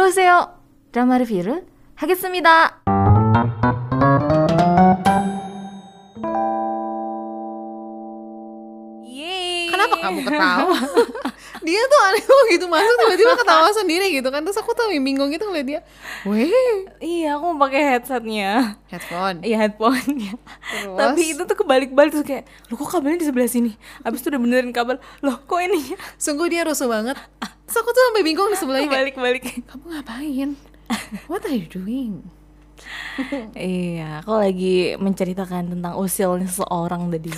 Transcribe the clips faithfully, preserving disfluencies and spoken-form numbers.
어서오세요. 드라마 리뷰를 하겠습니다. Yeay. Kenapa kamu ketawa? Dia tuh aneh banget gitu, masuk tiba-tiba ketawa sendiri gitu kan. Terus aku tuh bingung gitu ngeliat dia. Weh, Iya, aku mau pakai headsetnya. headphone. Iya, headphone-nya. Terus? Tapi itu tuh kebalik-balik terus kayak, loh kok kabelnya di sebelah sini? Abis itu udah benerin kabel, loh kok ininya Sungguh dia rusuh banget. Terus aku tuh sampai bingung di sebelahnya kayak, kebalik-balik. kamu ngapain? What are you doing? Iya, aku lagi menceritakan tentang usilnya seseorang tadi.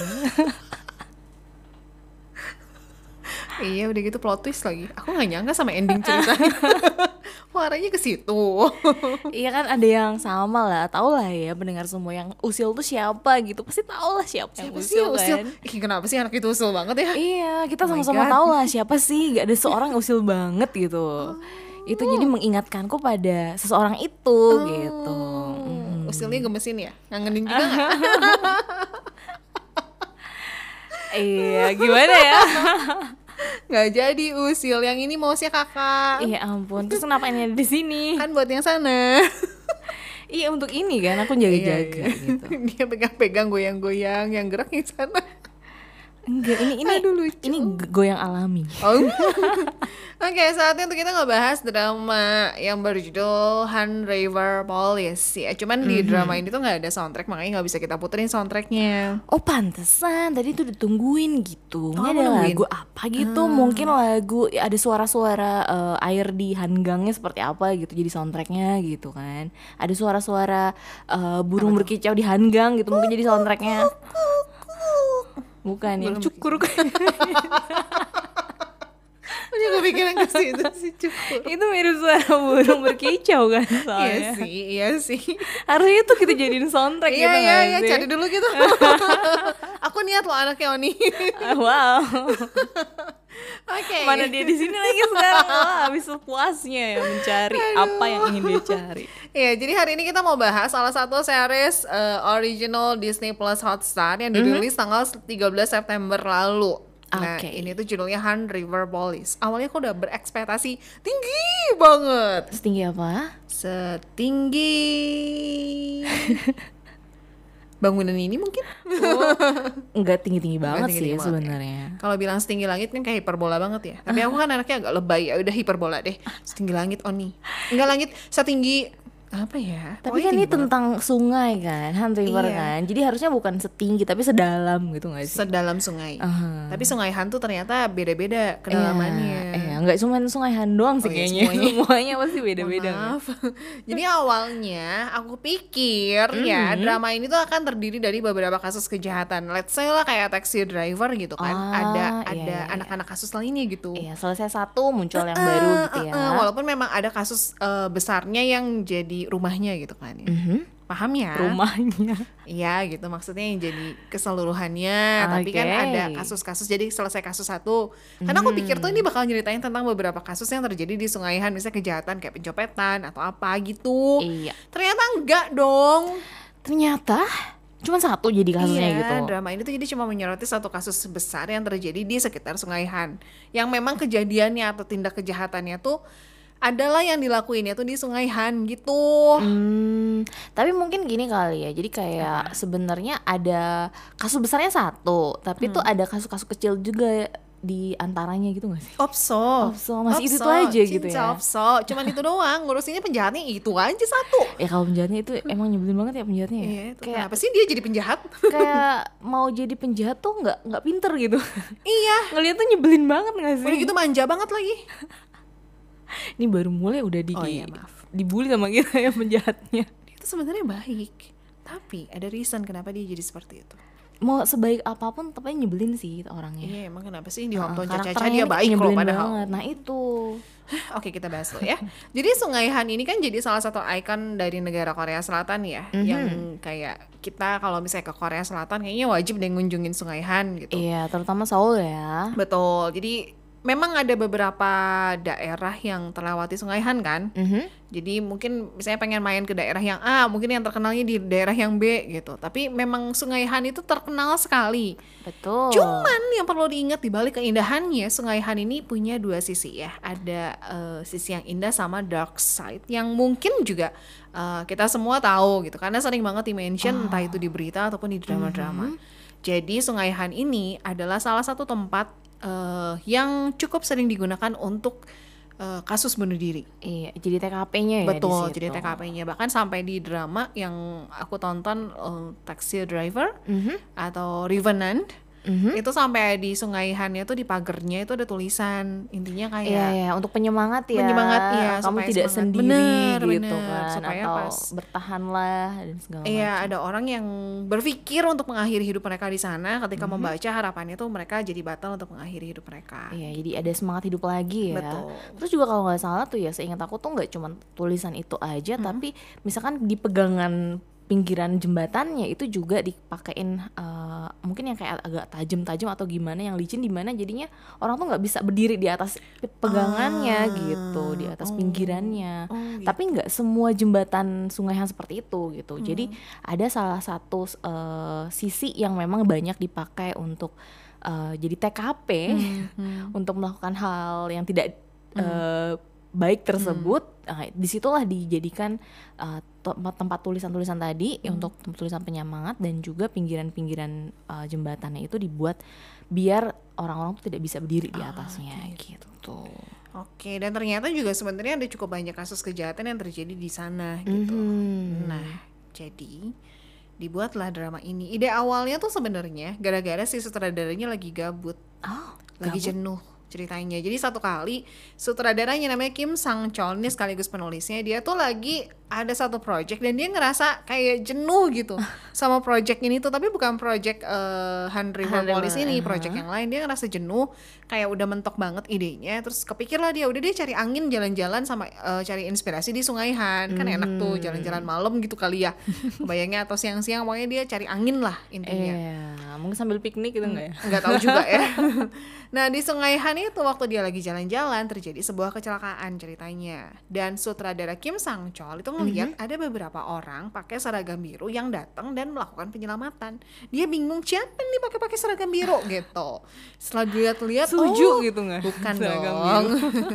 Iya udah gitu plot twist lagi. Aku nggak nyangka sama ending ceritanya. Wah, arahnya ke situ. Iya kan ada yang sama lah, tau lah ya pendengar semua yang usil tuh siapa gitu. Pasti tau lah siapa, yang Siapa sih usil, yang usil? kan. Ih, kenapa sih anak itu usil banget ya? Iya, kita Oh my sama-sama God. tahu lah siapa sih, gak ada seorang usil banget gitu. Itu jadi mengingatkanku pada seseorang itu gitu. Hmm, usilnya gemesin ya? Ngangenin juga nggak? Iya, gimana ya? Nggak jadi usil, yang ini mausnya kakak. Iya ampun, terus kenapa ini ada di sini? Kan buat yang sana. Iya untuk ini kan aku jaga-jaga Iya, iya. gitu. Dia pegang-pegang, goyang-goyang, yang gerak yang sana. Enggak, ini ini Aduh, lucu. ini goyang alami. Oh. Oke, saatnya untuk kita ngebahas drama yang berjudul Han River Police ya. Cuman di drama ini tuh nggak ada soundtrack, makanya nggak bisa kita puterin soundtracknya. Oh pantesan, tadi tuh ditungguin gitu. Ini Oh, ada nungguin. lagu apa gitu? Mungkin lagu ya, ada suara-suara eh, air di hangangnya seperti apa gitu. Jadi soundtracknya gitu kan. Ada suara-suara eh, burung berkicau di hanggang gitu. Mungkin jadi soundtracknya. Bukan yang Burung cukur. Oh, gue pikiran ke situ sih cukup. Itu mirip suara burung berkicau kan Iya soalnya. sih, iya sih. Harusnya tuh kita jadiin soundtrack Iya gitu iya nggak iya, sih? cari dulu gitu. Aku niat loh anaknya Oni. Ah, wow. Oke. Mana dia di sini lagi sekarang? Wah, habis puasnya ya mencari apa yang ingin dia cari. Iya, jadi hari ini kita mau bahas salah satu series eh, original Disney Plus Hotstar yang dirilis tanggal tiga belas September lalu. Nah, Oke. ini tuh judulnya Han River Police. Awalnya aku udah berekspektasi tinggi banget. Setinggi apa? Setinggi bangunan ini mungkin. Oh, enggak tinggi-tinggi banget Nggak sih tinggi-tinggi banget sebenarnya. Kalau bilang setinggi langit kan kayak hiperbola banget ya. Tapi aku kan anaknya agak lebay, ya udah hiperbola deh. Setinggi langit Oni. Enggak langit setinggi apa ya? Tapi Pokoknya kan ini tinggi banget. tentang sungai kan, Han River Iya. kan. Jadi harusnya bukan setinggi tapi sedalam gitu nggak sih? Sedalam sungai. Aha. Tapi sungai Han tuh ternyata beda-beda kedalamannya. Iya, iya, nggak cuma sungai Han doang sih Oh iya, kayaknya. semuanya. Semuanya pasti beda-beda. Mohon kan? maaf. Jadi awalnya aku pikir ya drama ini tuh akan terdiri dari beberapa kasus kejahatan. Let's say lah kayak taxi driver gitu kan. Ah, ada iya, ada iya, iya. anak-anak kasus lainnya gitu. Iya, selesai satu muncul yang baru gitu ya. Eh, eh, walaupun memang ada kasus eh, besarnya yang jadi rumahnya gitu kan. Ya. Mhm. Paham ya? Rumahnya. Iya gitu, maksudnya yang jadi keseluruhannya. Tapi kan Oke. ada kasus-kasus, jadi selesai kasus satu. Karena aku pikir tuh ini bakal nyeritain tentang beberapa kasus yang terjadi di Sungai Han, misalnya kejahatan kayak pencopetan atau apa gitu. Iya. Ternyata enggak dong. Ternyata cuma satu jadi kasusnya Iya, gitu. drama ini tuh jadi cuma menyoroti satu kasus besar yang terjadi di sekitar Sungai Han. Yang memang kejadiannya atau tindak kejahatannya tuh adalah yang dilakuinnya tuh di Sungai Han gitu. Hmm, tapi mungkin gini kali ya. Jadi kayak sebenarnya ada kasus besarnya satu, tapi tuh ada kasus-kasus kecil juga di antaranya gitu gak sih? Opso, Opso, masih itu aja gitu ya. Opso, cuman itu doang. Ngurusinnya penjahatnya itu aja satu. Ya kalau penjahatnya itu emang nyebelin banget ya penjahatnya ya. Iya, itu Kayak kenapa sih dia jadi penjahat? kayak mau jadi penjahat tuh nggak nggak pinter gitu. Iya, Ngeliat tuh nyebelin banget gak sih? udah gitu manja banget lagi. Ini baru mulai udah di Oh iya, maaf. dibully sama kita ya penjahatnya. Dia tuh sebenarnya baik, tapi ada reason kenapa dia jadi seperti itu. Mau sebaik apapun tapi nyebelin sih orangnya. Iya, emang kenapa sih di Nah, hometown karakternya Caca dia ini baik loh nyebelin padahal. banget. Nah itu. Oke, kita bahas dulu ya. Jadi Sungai Han ini kan jadi salah satu ikon dari negara Korea Selatan ya, yang kayak kita kalau misalnya ke Korea Selatan kayaknya wajib deh ngunjungin Sungai Han gitu. Iya, terutama Seoul ya. Betul. Jadi memang ada beberapa daerah yang terlewati Sungai Han kan. Mhm. Jadi mungkin misalnya pengen main ke daerah yang A, mungkin yang terkenalnya di daerah yang B gitu. Tapi memang Sungai Han itu terkenal sekali. Betul. Cuman yang perlu diingat di balik keindahannya, Sungai Han ini punya dua sisi ya. Ada eh, sisi yang indah sama dark side yang mungkin juga eh, kita semua tahu gitu. Karena sering banget di-mention entah itu di berita ataupun di drama-drama. Jadi Sungai Han ini adalah salah satu tempat eh, yang cukup sering digunakan untuk eh, kasus bunuh diri. Iya, jadi T K P-nya ya Betul, di situ. jadi T K P-nya. Bahkan sampai di drama yang aku tonton, eh, Taxi Driver Mhm. atau Revenant, Mhm. itu sampai di Sungai Han-nya tuh di pagernya itu ada tulisan, intinya Iya, kayak ya, untuk penyemangat ya. Penyemangat, iya, Kamu supaya tidak semangat. sendiri Bener, gitu bener. kan, Supaya atau pas- bertahanlah dan segala Iya, macam. ada orang yang berpikir untuk mengakhiri hidup mereka di sana. Ketika Mhm. membaca harapannya tuh mereka jadi batal untuk mengakhiri hidup mereka. Iya, jadi ada semangat hidup lagi ya. Betul. Terus juga kalau nggak salah tuh ya, seingat aku tuh nggak cuma tulisan itu aja, tapi misalkan di pegangan pinggiran jembatannya itu juga dipakein eh, mungkin yang kayak agak tajam-tajam atau gimana yang licin, di mana jadinya orang tuh nggak bisa berdiri di atas pegangannya Ah, gitu, di atas oh. pinggirannya. Oh, gitu. Tapi nggak semua jembatan Sungai Han seperti itu gitu. Jadi ada salah satu eh, sisi yang memang banyak dipakai untuk eh, jadi T K P untuk melakukan hal yang tidak eh, baik tersebut. Nah, disitulah dijadikan eh, tempat tempat tulisan-tulisan tadi ya, untuk tulisan penyemangat, dan juga pinggiran-pinggiran eh, jembatannya itu dibuat biar orang-orang tuh tidak bisa berdiri di atasnya gitu. Oke, dan ternyata juga sebenarnya ada cukup banyak kasus kejahatan yang terjadi di sana gitu. Mhm. Nah, jadi dibuatlah drama ini. Ide awalnya tuh sebenarnya gara-gara si sutradaranya lagi gabut, Oh, lagi jenuh ceritanya. Jadi satu kali sutradaranya namanya Kim Sang Chol, ini sekaligus penulisnya, dia tuh lagi ada satu project dan dia ngerasa kayak jenuh gitu sama project ini tuh, tapi bukan project uh, Han River Han River, Police ini, uh-huh. project yang lain. Dia ngerasa jenuh, kayak udah mentok banget idenya, terus kepikirlah dia, udah dia cari angin, jalan-jalan sama uh, cari inspirasi di Sungai Han. Kan enak tuh jalan-jalan malam gitu kali ya. Kebayangnya, atau siang-siang, pokoknya dia cari angin lah intinya. iya, mungkin sambil piknik gitu nggak ya? Nggak tahu juga ya. Nah, di Sungai Han itu waktu dia lagi jalan-jalan terjadi sebuah kecelakaan ceritanya. Dan sutradara Kim Sang Chol itu ngelihat ada beberapa orang pakai seragam biru yang datang dan melakukan penyelamatan. Dia bingung, siapa nih pakai-pakai seragam biru gitu. Setelah dilihat-lihat, Setuju oh, gitu nggak? bukan Seragam dong.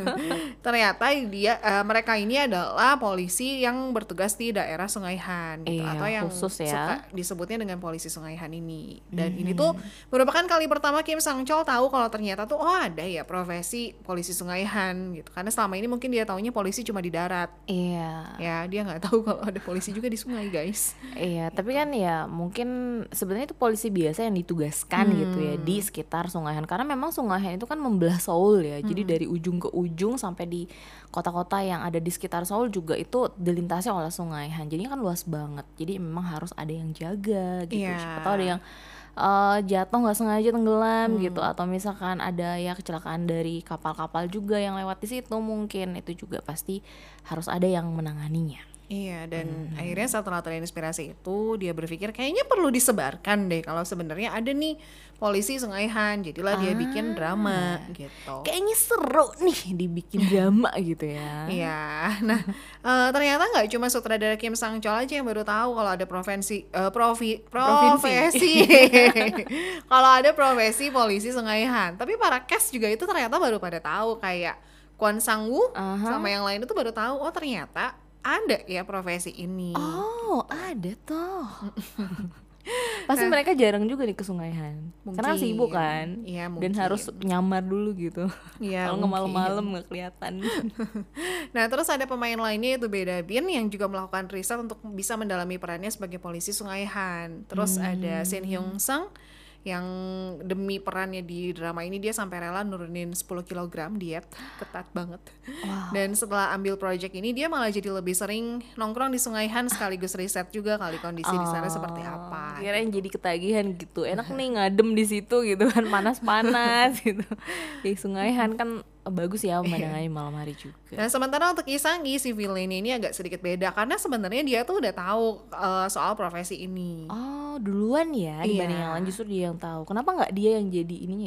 Ternyata dia eh, mereka ini adalah polisi yang bertugas di daerah Sungai Han gitu, Iya, atau yang khusus ya. suka disebutnya dengan polisi Sungai Han ini. Dan ini tuh merupakan kali pertama Kim Sang Chol tahu kalau ternyata tuh oh ada ya profesi polisi Sungai Han gitu. Karena selama ini mungkin dia taunya polisi cuma di darat. Iya. Ya, dia nggak tahu kalau ada polisi juga di sungai, guys. Iya, tapi kan ya mungkin sebenarnya itu polisi biasa yang ditugaskan gitu ya di sekitar Sungai Han, karena memang Sungai Han itu kan membelah Seoul ya. Jadi dari ujung ke ujung sampai di kota-kota yang ada di sekitar Seoul juga itu dilintasi oleh Sungai Han. Jadi kan luas banget. Jadi memang harus ada yang jaga gitu. Iya. Siapa tahu ada yang eh, jatuh nggak sengaja tenggelam gitu, atau misalkan ada ya kecelakaan dari kapal-kapal juga yang lewat di situ, mungkin itu juga pasti harus ada yang menanganinya. Iya, dan akhirnya setelah terinspirasi itu dia berpikir kayaknya perlu disebarkan deh kalau sebenarnya ada nih polisi Sungai Han. Jadilah dia bikin drama gitu. Kayaknya seru nih dibikin drama gitu ya. Iya, nah eh, ternyata nggak cuma sutradara Kim Sang Chol aja yang baru tahu kalau ada profesi eh, provi, profesi kalau ada profesi polisi Sungai Han. Tapi para cast juga itu ternyata baru pada tahu, kayak Kwon Sang Woo Aha. sama yang lain itu baru tahu oh ternyata ada ya profesi ini. Oh, ada toh. Pasti mereka jarang juga nih ke Sungai Han. Karena Mungkin. sibuk kan. Iya, Dan mungkin. harus nyamar dulu gitu. Iya, Kalau nggak mungkin. malam-malam nggak kelihatan. Nah, terus ada pemain lainnya yaitu Beda Bin yang juga melakukan riset untuk bisa mendalami perannya sebagai polisi Sungai Han. Terus ada Shin Hyung Sung yang demi perannya di drama ini dia sampai rela nurunin sepuluh kilogram, diet ketat banget. Wow. Dan setelah ambil project ini dia malah jadi lebih sering nongkrong di Sungai Han sekaligus riset juga kali kondisi di sana seperti apa. Kirain jadi ketagihan gitu. Enak nih ngadem di situ gitu kan, panas-panas gitu. Di Sungai Han kan bagus ya pemandangannya malam hari juga. Nah, sementara untuk Isangi, si villain ini agak sedikit beda karena sebenarnya dia tuh udah tahu uh, soal profesi ini. Oh, duluan ya dibanding Iya. yang lain, justru dia yang tahu. Kenapa nggak dia yang jadi ininya ya?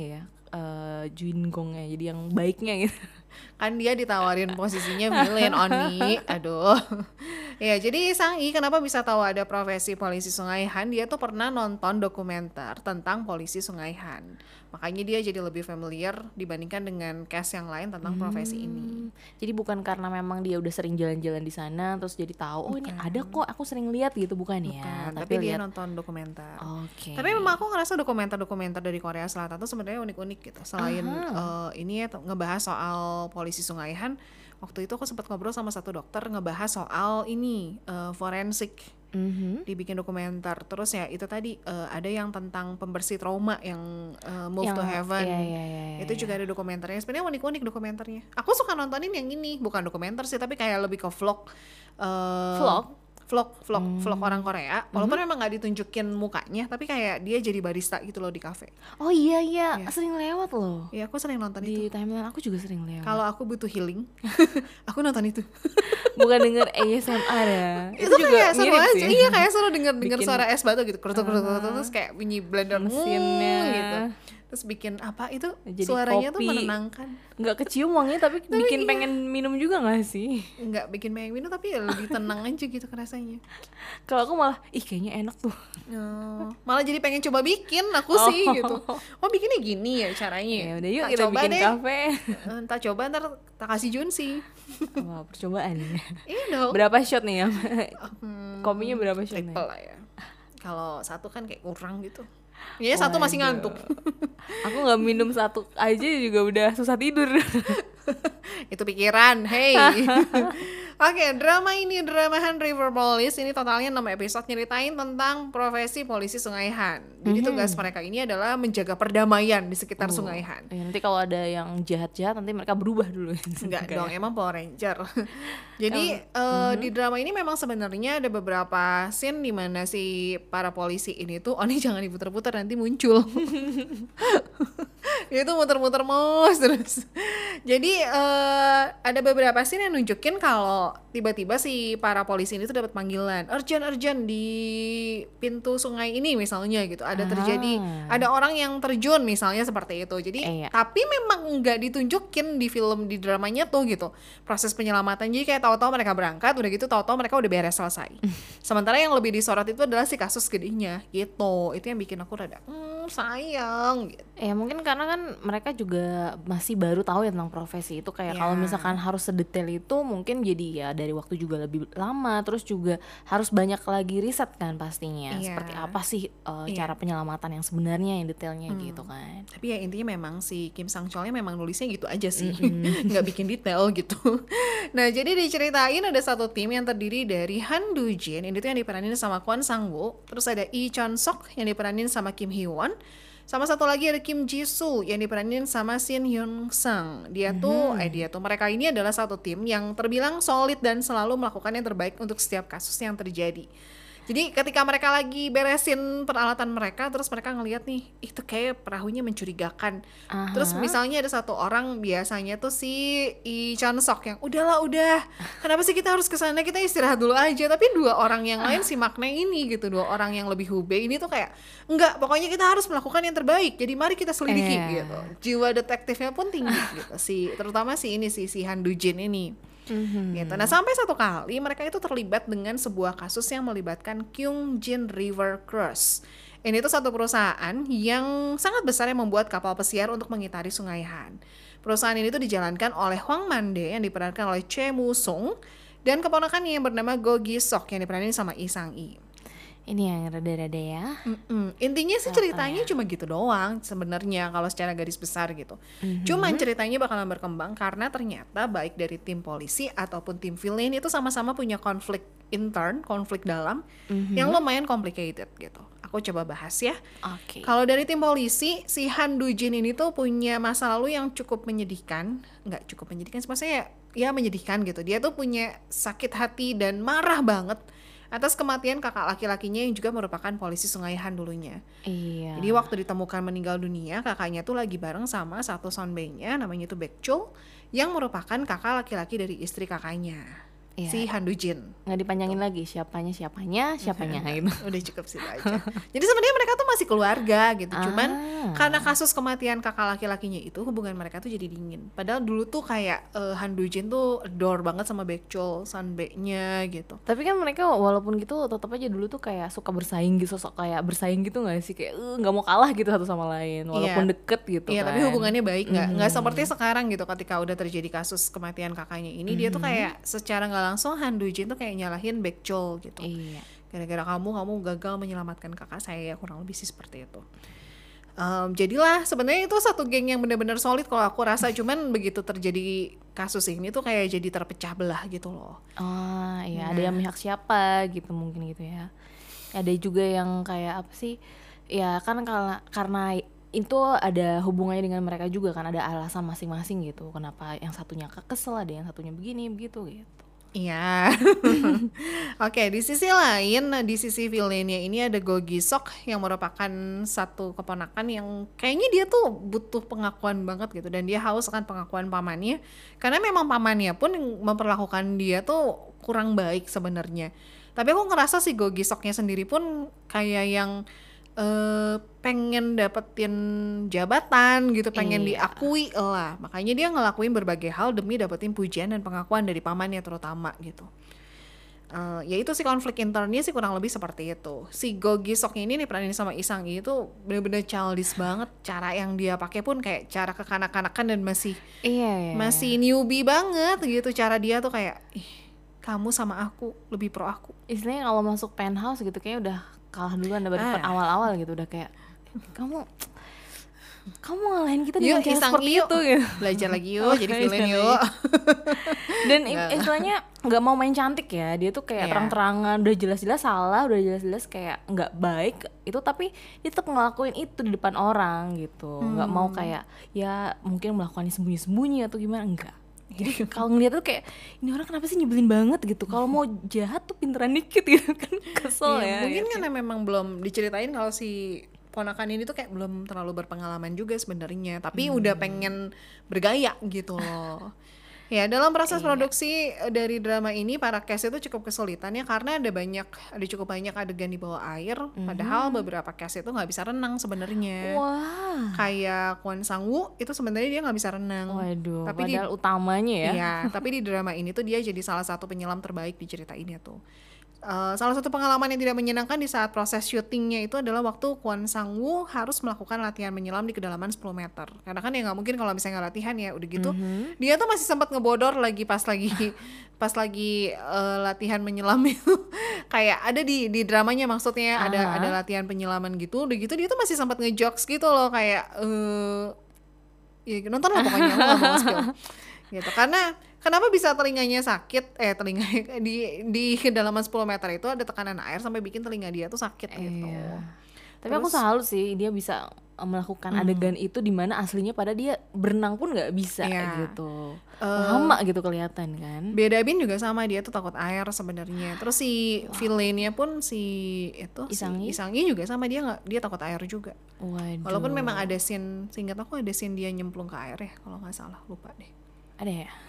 uh, Juingongnya, jadi yang baiknya gitu. Kan dia ditawarin posisinya villain Oni, aduh. Ya jadi Sang I kenapa bisa tahu ada profesi polisi Sungai Han? Dia tuh pernah nonton dokumenter tentang polisi Sungai Han, makanya dia jadi lebih familiar dibandingkan dengan case yang lain tentang hmm. profesi ini. Jadi bukan karena memang dia udah sering jalan-jalan di sana terus jadi tahu, oh ini ada kok, aku sering lihat gitu, bukan, bukan ya? Tapi, tapi dia liat... nonton dokumenter. Oke. Okay. Tapi memang aku ngerasa dokumenter-dokumenter dari Korea Selatan tuh sebenarnya unik-unik gitu. Selain uh, ini ya ngebahas soal polisi Sungai Han, waktu itu aku sempat ngobrol sama satu dokter ngebahas soal ini uh, forensik. Mm-hmm. Dibikin dokumenter. Terus ya itu tadi uh, ada yang tentang pembersih trauma yang uh, Move yang, to Heaven. iya, iya, iya, itu iya. juga ada dokumenternya. Sebenarnya unik-unik dokumenternya. Aku suka nontonin yang ini, bukan dokumenter sih, tapi kayak lebih ke vlog. Uh, vlog? vlog vlog hmm. vlog orang Korea, walaupun mm-hmm. memang nggak ditunjukin mukanya, tapi kayak dia jadi barista gitu loh di kafe. Oh iya iya, ya. Sering lewat loh. Iya, aku sering nonton di itu. Di timeline aku juga sering lewat. Kalau aku butuh healing, aku nonton itu. Bukan denger A S M R ya. Itu, itu juga kayak seru aja. Sih. Iya, kayak seru denger denger suara es batu gitu, kerutuk-kerutuk uh, terus kayak bunyi blender mesinnya gitu. Terus bikin apa itu jadi suaranya kopi. Tuh menenangkan. Nggak kecium wanginya tapi, tapi bikin iya. pengen minum juga nggak sih? Nggak bikin pengen minum tapi ya lebih tenang aja gitu rasanya. Kalau aku malah ih kayaknya enak tuh. Oh, malah jadi pengen coba bikin aku oh. sih gitu. Oh bikinnya gini ya caranya. Ya udah yuk tak kita bikin deh. kafe. Ntar coba ntar tak kasih Junsi. Wah percobaan. Iya dong. Berapa shot nih ya? hmm, Kopinya berapa shot nih? Lah ya. Kalau satu kan kayak kurang gitu. Ya satu masih ngantuk. Aku nggak minum satu aja juga udah susah tidur. Itu pikiran, hey. Oke, okay, drama ini drama Han River Police ini totalnya enam episode nyeritain tentang profesi polisi Sungai Han. Jadi mm-hmm. tugas mereka ini adalah menjaga perdamaian di sekitar uh, Sungai Han. Ya, nanti kalau ada yang jahat-jahat nanti mereka berubah dulu. Enggak dong, emang Power Ranger. Jadi um, uh, mm-hmm. di drama ini memang sebenarnya ada beberapa scene di mana si para polisi ini tuh, oh ini jangan diputer-puter nanti muncul. Dia tuh muter-muter mos terus. Jadi uh, ada beberapa scene yang nunjukin kalau tiba-tiba si para polisi ini tuh dapat panggilan urgent urgent di pintu sungai ini misalnya gitu. Ada terjadi ah. ada orang yang terjun misalnya seperti itu. Jadi eh, iya. tapi memang nggak ditunjukin di film di dramanya tuh gitu proses penyelamatan. Jadi kayak tahu-tahu mereka berangkat, udah gitu tahu-tahu mereka udah beres selesai. Sementara yang lebih disorot itu adalah si kasus gedenya gitu. Itu yang bikin aku rada hmm, sayang gitu. Ya mungkin karena kan mereka juga masih baru tahu ya tentang profesi itu, kayak yeah. kalau misalkan harus sedetail itu mungkin jadi ya dari waktu juga lebih lama, terus juga harus banyak lagi riset kan pastinya yeah. seperti apa sih uh, yeah. cara penyelamatan yang sebenarnya yang detailnya hmm. gitu kan. Tapi ya intinya memang si Kim Sang Cholnya memang nulisnya gitu aja sih, mm-hmm. nggak bikin detail gitu. Nah jadi diceritain ada satu tim yang terdiri dari Han Do Jin, ini tuh yang diperanin sama Kwon Sang Woo, terus ada Lee Chon Sok yang diperanin sama Kim Hee Won. Sama satu lagi ada Kim Ji Soo yang diperanin sama Shin Hyun Sang. Dia tuh, mm-hmm. eh dia tuh mereka ini adalah satu tim yang terbilang solid dan selalu melakukan yang terbaik untuk setiap kasus yang terjadi. Jadi ketika mereka lagi beresin peralatan mereka, terus mereka ngeliat nih, itu kayak perahunya mencurigakan. Uh-huh. Terus misalnya ada satu orang biasanya tuh si Lee Chan Sok yang udahlah udah, kenapa sih kita harus kesana, kita istirahat dulu aja. Tapi dua orang yang lain si makna ini gitu, dua orang yang lebih hube ini tuh kayak enggak, pokoknya kita harus melakukan yang terbaik. Jadi mari kita selidiki eh. gitu. Jiwa detektifnya pun tinggi gitu. Si terutama si ini si si Han Do Jin ini. Mm-hmm. Gitu. Nah sampai satu kali mereka itu terlibat dengan sebuah kasus yang melibatkan Kyungjin River Cruise. Ini tuh satu perusahaan yang sangat besar yang membuat kapal pesiar untuk mengitari Sungai Han. Perusahaan ini tuh dijalankan oleh Hwang Mande yang diperankan oleh Choi Moo Sung dan keponakannya yang bernama Go Gi Sok yang diperanin sama Lee Sang Yi. Ini yang rada-rada ya. Mm-mm. Intinya sih ceritanya cuma gitu doang sebenarnya kalau secara garis besar gitu. Mm-hmm. Cuman ceritanya bakalan berkembang karena ternyata baik dari tim polisi ataupun tim villain itu sama-sama punya konflik intern, konflik dalam mm-hmm. yang lumayan complicated gitu. Aku coba bahas ya. Okay. Kalau dari tim polisi, si Han Do Jin ini tuh punya masa lalu yang cukup menyedihkan. Nggak cukup menyedihkan, maksudnya ya, ya menyedihkan gitu. Dia tuh punya sakit hati dan marah banget atas kematian kakak laki-lakinya yang juga merupakan polisi Sungai Han dulunya. Iya. Jadi waktu ditemukan meninggal dunia, kakaknya tuh lagi bareng sama satu sonbei-nya namanya tuh Baek Chul yang merupakan kakak laki-laki dari istri kakaknya. Iya. si Han Do Jin. Nggak dipanjangin lagi siapanya siapanya siapanya gitu. Udah cukup sih aja. Jadi sebenarnya mereka tuh masih keluarga gitu. Cuman Ah. karena kasus kematian kakak laki-lakinya itu hubungan mereka tuh jadi dingin. Padahal dulu tuh kayak eh, Han Do Jin tuh adore banget sama Baekchul, Sanbae-nya gitu. Tapi kan mereka walaupun gitu tetap aja dulu tuh kayak suka bersaing gitu, sosok kayak bersaing gitu nggak sih, kayak "Eh, nggak mau kalah gitu satu sama lain walaupun Iya. deket gitu Iya, kan. tapi hubungannya baik nggak nggak seperti sekarang gitu. Ketika udah terjadi kasus kematian kakaknya ini, dia tuh kayak secara nggak langsung Han Do Jin tuh kayak nyalahin Baekchul gitu. Iya. Gara-gara kamu kamu gagal menyelamatkan kakak saya, kurang lebih sih seperti itu. Em, jadilah sebenarnya itu satu geng yang benar-benar solid kalau aku rasa. Cuman begitu terjadi kasus ini tuh kayak jadi terpecah belah gitu loh. Oh iya, ada yang pihak siapa gitu mungkin gitu ya. Ada juga yang kayak apa sih? Ya kan karena karena itu ada hubungannya dengan mereka juga kan, ada alasan masing-masing gitu. Kenapa yang satunya kesel, ada yang satunya begini begitu gitu. Iya. Oke, di sisi lain, di sisi villainnya ini ada Go Gi-sok yang merupakan satu keponakan yang kayaknya dia tuh butuh pengakuan banget gitu, dan dia haus akan pengakuan pamannya karena memang pamannya pun yang memperlakukan dia tuh kurang baik sebenarnya. Tapi aku ngerasa si Go Gi-soknya sendiri pun kayak yang eh, pengen dapetin jabatan gitu, pengen Iya. diakui lah. Makanya dia ngelakuin berbagai hal demi dapetin pujian dan pengakuan dari pamannya terutama gitu. Eh, ya itu sih konflik internnya sih kurang lebih seperti itu. Si Go Gi-sok ini nih peranin sama Lee Sang-gi itu bener-bener childish banget. Cara yang dia pakai pun kayak cara kekanak-kanakan dan masih Iya ya. masih newbie banget gitu. Cara dia tuh kayak, ih, kamu sama aku lebih pro aku. Istilahnya kalau masuk penthouse gitu kayak udah kalah duluan daripada Ah. awal-awal gitu, udah kayak kamu kamu ngalahin kita dengan Yuk, cara Isang seperti yuk. itu gitu. Belajar lagi yuk, Oh, jadi belajar villain lagi. yuk. Dan i- istilahnya nggak mau main cantik ya, dia tuh kayak Iya. terang-terangan udah jelas-jelas salah, udah jelas-jelas kayak nggak baik itu, tapi dia tetap ngelakuin itu di depan orang gitu, nggak mau kayak ya mungkin melakukannya sembunyi-sembunyi atau gimana, enggak. Jadi kalau ngeliat tuh kayak ini orang kenapa sih nyebelin banget gitu, kalau mau jahat tuh pinteran dikit gitu kan, kesel Iya, ya. mungkin gitu. karena memang belum diceritain kalau si ponakan ini tuh kayak belum terlalu berpengalaman juga sebenarnya, tapi udah pengen bergaya gitu loh. Ya, dalam proses produksi eh, dari drama ini para cast itu cukup kesulitan ya, karena ada banyak ada cukup banyak adegan di bawah air, padahal beberapa cast itu nggak bisa renang sebenarnya. Wah, Kayak Kwon Sang-woo itu sebenarnya dia nggak bisa renang. waduh, Tapi di- padahal utamanya ya. Iya, tapi di drama ini tuh dia jadi salah satu penyelam terbaik di cerita ini tuh. Eh, salah satu pengalaman yang tidak menyenangkan di saat proses syutingnya itu adalah waktu Kwon Sang-woo harus melakukan latihan menyelam di kedalaman sepuluh meter. Karena kan ya nggak mungkin kalau misalnya nggak latihan ya udah gitu. Dia tuh masih sempat ngebodor lagi pas lagi pas lagi eh, latihan menyelam itu. Kayak ada di di dramanya maksudnya ada Aha. ada latihan penyelaman gitu. Udah gitu dia tuh masih sempat ngejokes gitu loh, kayak eh ya nonton lah pokoknya, aku gak mau spill gitu. Karena kenapa bisa telinganya sakit, eh telinga di di kedalaman sepuluh meter itu ada tekanan air sampai bikin telinga dia tuh sakit gitu. Iya. Tapi aku salut sih dia bisa uh, melakukan adegan itu di mana aslinya pada dia berenang pun nggak bisa Iya. gitu. Lama gitu kelihatan kan. Beda Bin juga sama, dia tuh takut air sebenarnya. Terus si villainnya pun si itu Isangi? si Isangi juga sama, dia nggak dia takut air juga. Waduh. Walaupun memang ada scene, seingat aku ada scene dia nyemplung ke air ya kalau nggak salah, lupa deh. ada ya.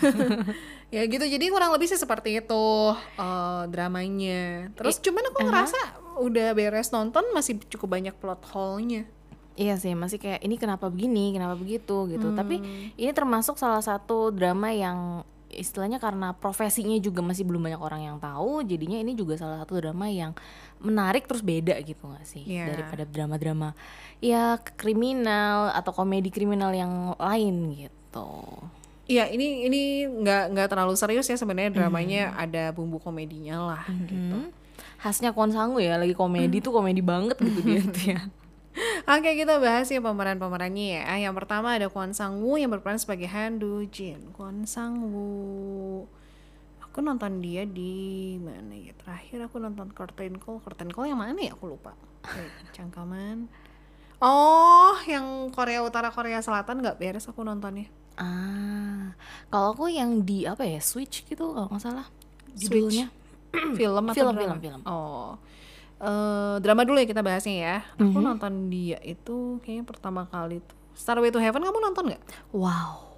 Ya gitu, jadi kurang lebih sih seperti itu eh, dramanya. Terus cuman aku ngerasa udah beres nonton masih cukup banyak plot hole-nya. Iya sih, masih kayak ini kenapa begini, kenapa begitu gitu. Tapi ini termasuk salah satu drama yang istilahnya karena profesinya juga masih belum banyak orang yang tahu, jadinya ini juga salah satu drama yang menarik terus beda gitu nggak sih, Iya. daripada drama-drama ya kriminal atau komedi kriminal yang lain gitu. Iya, ini ini nggak nggak terlalu serius ya sebenarnya, dramanya ada bumbu komedinya lah gitu. Hmm. Khasnya Kwon Sang-woo ya, lagi komedi tuh komedi banget gitu dia tuh ya. Oke, kita bahas ya pemeran-pemerannya ya. Yang pertama ada Kwon Sang-woo yang berperan sebagai Han Do Jin. Kwon Sang-woo, aku nonton dia di mana ya? Terakhir aku nonton Curtain Call. Curtain Call yang mana ya? Aku lupa. Wait, Cangkaman. Oh, yang Korea Utara Korea Selatan nggak beres aku nontonnya. Ah, kalau aku yang di apa ya, Switch gitu kalau nggak salah Switch. judulnya. Film atau Film, drama? film, film. Oh, Eh, drama dulu ya kita bahasnya ya. Aku Mhm. nonton dia itu kayaknya pertama kali tuh Starway to Heaven, kamu nonton nggak? Wow,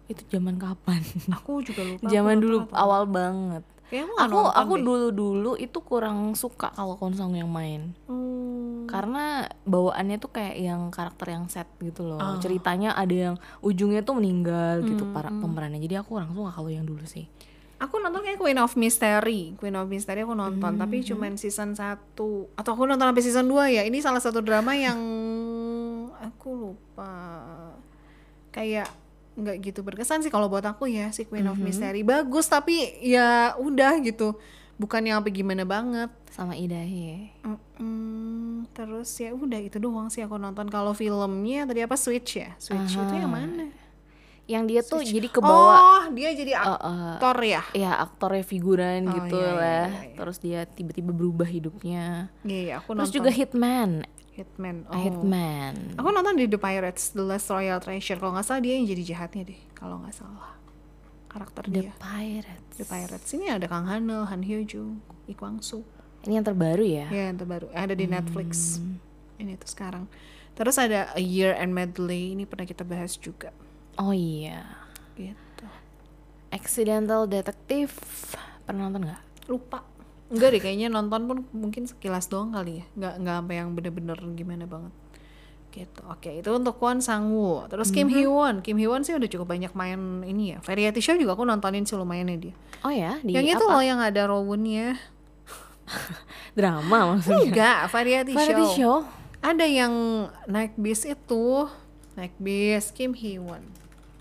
Itu zaman kapan? Aku juga lupa. Zaman aku dulu nonton atau awal banget. Kayaknya aku nggak Aku nonton aku deh. dulu-dulu itu kurang suka kalau Kwon Sang yang main. Hmm. Karena bawaannya tuh kayak yang karakter yang sad gitu loh. Ah. Ceritanya ada yang ujungnya tuh meninggal gitu Hmm, para pemerannya. Jadi aku kurang suka kalau yang dulu sih. Aku nonton kayak Queen of Mystery. Queen of Mystery aku nonton, tapi cuman season satu atau aku nonton sampai season dua ya. Ini salah satu drama yang aku lupa. Kayak nggak gitu berkesan sih kalau buat aku ya, si Queen of Mystery. Bagus tapi ya udah gitu. Bukan yang apa gimana banget. Sama Ida Hye. Mm-mm. Terus ya udah itu doang sih aku nonton. Kalau filmnya tadi apa Switch ya? Switch itu yang mana? Yang dia tuh jadi kebawa. Oh, dia jadi eh, aktor ya? Ya aktornya figuran Oh, gitu iya, iya, lah. iya, iya. Terus dia tiba-tiba berubah hidupnya. Iya, iya, aku Terus nonton. juga Hitman. Hitman. Oh. Hitman. Aku nonton di The Pirates, The Last Royal Treasure. Kalau nggak salah dia yang jadi jahatnya deh. Kalau nggak salah. Karakter The dia. Pirates. The Pirates. Ini ada Kang Hanel, Han Hyo Joo, Lee Kwang Soo. Ini yang terbaru ya? Ya, yang terbaru. Ada di Hmm. Netflix. Ini tuh sekarang. Terus ada A Year and Medley. Ini pernah kita bahas juga. Oh iya. Gitu. Accidental Detective. Pernah nonton nggak? Lupa. Enggak deh, kayaknya nonton pun mungkin sekilas doang kali ya. Nggak, nggak sampai yang bener-bener gimana banget. Gitu. Oke, itu untuk Kwon Sang-woo. Terus Kim Hee-won. Kim Hee-won sih udah cukup banyak main ini ya. Variety show juga aku nontonin sih lumayan ya dia. Oh ya, di yang itu apa? loh yang ada Rowoon-nya. Drama maksudnya. Enggak, variety, Variety show. show. Ada yang naik bis itu. Naik bis Kim Hee-won.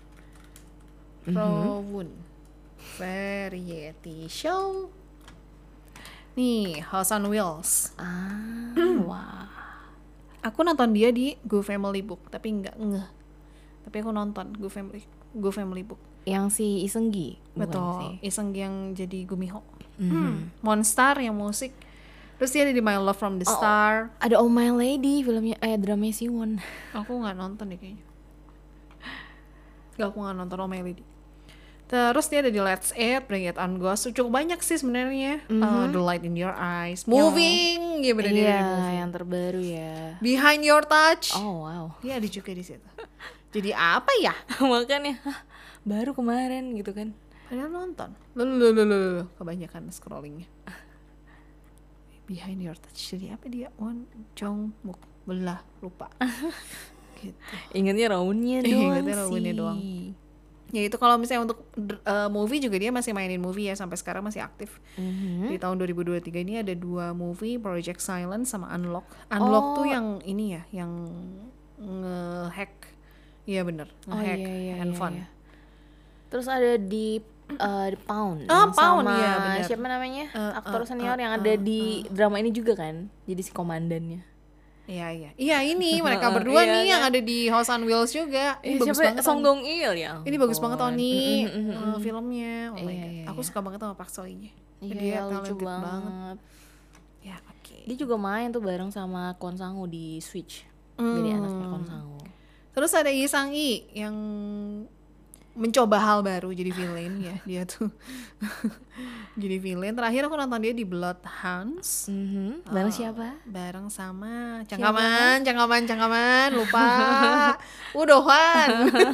Rowoon. Variety show. Nih, House on Wheels. Ah, wah. Aku nonton dia di Go Family Book, tapi nggak ngeh. Tapi aku nonton Go Family Go Family Book. Yang si Isenggi. bukan Betul. sih? Iseng yang jadi Gumiho. Hmm. Monster yang musik. Terus dia ada di My Love from the Star. Ada Oh My Lady filmnya eh drama Siwon. Aku nggak nonton deh kayaknya. Gak, aku nggak nonton Oh My Lady. Terus dia ada di Let's Eat, Bring It On Ghost. Cukup banyak sih sebenarnya. Uh, The Light in Your Eyes, Moving, ya bener dia Iya, ada di Moving. yang terbaru ya. Behind Your Touch. Oh wow. Dia ada juga di situ. Jadi apa ya? Makanya hah, baru kemarin gitu kan. Padahal nonton. Lalu, lalu, lalu, kebanyakan scrollingnya. Behind Your Touch. Jadi apa dia? Won Jong Muk. Belah, lupa. Gitu. Ingatnya Raunnya Eh, doang ingatnya sih. Raunnya doang. Ya itu kalau misalnya untuk uh, movie juga dia masih mainin movie ya, sampai sekarang masih aktif. Mhm. Di tahun dua ribu dua puluh tiga ini ada dua movie, Project Silence sama Unlock. Unlock Oh. tuh yang ini ya, yang nge-hack. Iya bener, Oh nge-hack iya iya handphone. iya, iya. Terus ada di uh, di Pound. Ah, yang Pound, sama iya, benar. siapa namanya? Eh, Aktor eh, senior eh, yang eh, ada di drama ini juga kan. Jadi si komandannya. Iya iya. Iya ini mereka berdua Iya, nih yang kan? ada di House on Wheels juga. Ini Eh, bagus siapa? banget. Song Oni. Dong Il ya. Ini bagus banget ampun. Oni Mm, mm, mm, uh, mm. filmnya. Oh my Iya, god. iya, Aku iya. suka banget sama Park Seo-nya. Iya, Dia lucu talented banget. banget. Ya, oke. Dia juga main tuh bareng sama Kwon Sang-woo di Switch. Jadi Hmm. anaknya Kwon Sang-woo. Terus ada Lee Sang-i yang mencoba hal baru jadi villain ya. Dia tuh jadi villain. Terakhir aku nonton dia di Bloodhounds. Mhm. Bareng siapa? Bareng sama Cangkaman, Cangkaman, Cangkaman, lupa. Udohan.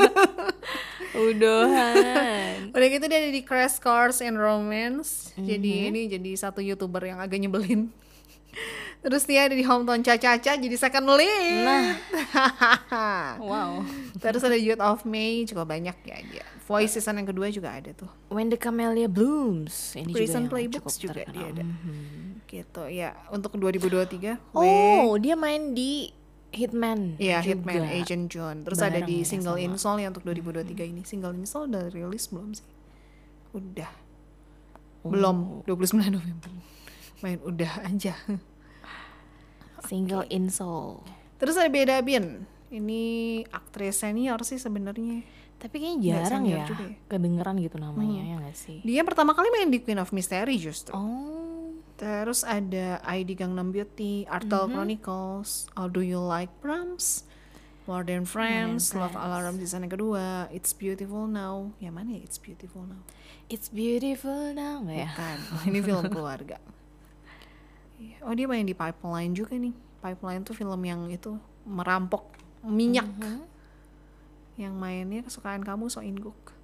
Udohan. Udah gitu dia ada di Crash Course and Romance. Jadi ini jadi satu YouTuber yang agak nyebelin. Terus dia ada di Hometown Cha-Cha-Cha jadi second lead. Nah. Wow. Terus ada Youth of May juga banyak ya dia. Voice season yang kedua juga ada tuh. When the Camellia Blooms. Ini Prison juga yang Playbooks cukup juga terkenal. dia ada. Mhm. Gitu ya. Untuk dua ribu dua puluh tiga. Oh, dia main di Hitman. Iya, juga. Hitman Agent John. Terus ada Bareng di ya Single sama. Install yang untuk dua ribu dua puluh tiga ini. Single Install udah rilis belum sih? Udah. Oh. Belum, dua puluh sembilan November. Main udah aja. Single in Soul. Terus ada Beda Bin. Ini aktris senior sih sebenarnya. Tapi kayaknya Nggak jarang senior ya, juga ya. kedengeran gitu namanya, ya nggak sih? Dia pertama kali main di Queen of Mystery justru. Oh, Terus ada I D Gangnam Beauty, Artel Chronicles, How Do You Like Brahms, More Than Friends, Love Friends. Alarm season yang kedua, It's Beautiful Now. Yang mana ya It's Beautiful Now? It's Beautiful Now nggak ya? Kan, ini film keluarga. Oh dia main di Pipeline juga nih. Pipeline tuh film yang itu merampok minyak. Yang mainnya kesukaan kamu So In Guk.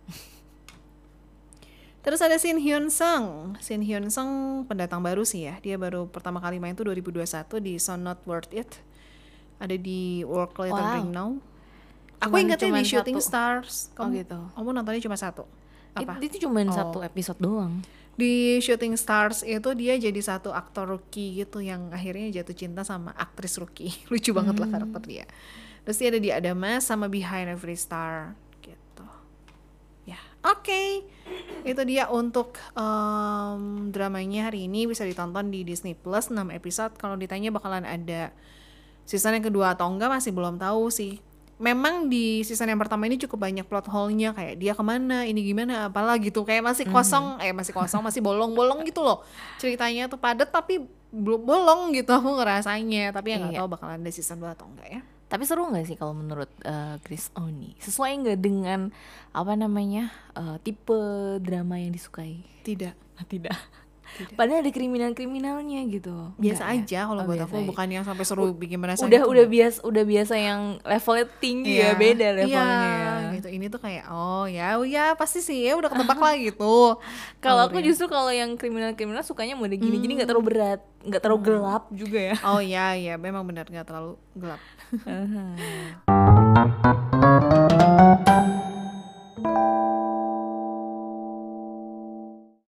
Terus ada Shin Hyun Sung. Shin Hyun Sung pendatang baru sih ya. Dia baru pertama kali main tuh dua ribu dua puluh satu di So Not Worth It. Ada di Work Little Wow. Ring Now. Aku Cuman- ingatnya cuman di Shooting satu. Stars. Oh, Kamu, gitu. kamu nontonnya cuma satu. Apa? It- itu cuma Oh. satu episode doang. Di Shooting Stars itu dia jadi satu aktor rookie gitu yang akhirnya jatuh cinta sama aktris rookie. Lucu banget lah karakter dia. Terus dia ada di Adamas sama Behind Every Star gitu. Ya, oke. Itu dia untuk em, dramanya hari ini, bisa ditonton di Disney Plus enam episode. Kalau ditanya bakalan ada season yang kedua atau enggak masih belum tahu sih. Memang di season yang pertama ini cukup banyak plot hole-nya, kayak dia kemana, ini gimana, apalah gitu. Kayak masih kosong, eh masih kosong, masih bolong-bolong gitu loh. Ceritanya tuh padat tapi belum bolong gitu aku ngerasanya. Tapi ya nggak Iya. tahu bakalan ada season dua atau enggak ya. Tapi seru nggak sih kalau menurut eh, Chris Oni? Sesuai nggak dengan apa namanya eh, tipe drama yang disukai? Tidak. Tidak. Padahal ada kriminal-kriminalnya gitu. Biasa Nggak ya? aja kalau Oh, buat biasa aku, aja. bukan yang sampai seru bikin merasa Udah gitu, udah enggak. biasa udah biasa yang levelnya tinggi ya, beda levelnya Iya, ya. gitu. Ini tuh kayak oh ya, oh ya pasti sih ya udah ketebak lah gitu. Kalau aku Rin. justru kalau yang kriminal-kriminal sukanya mode gini, jadi nggak terlalu berat, nggak terlalu gelap juga ya. Oh ya ya, memang benar nggak terlalu gelap. Aha.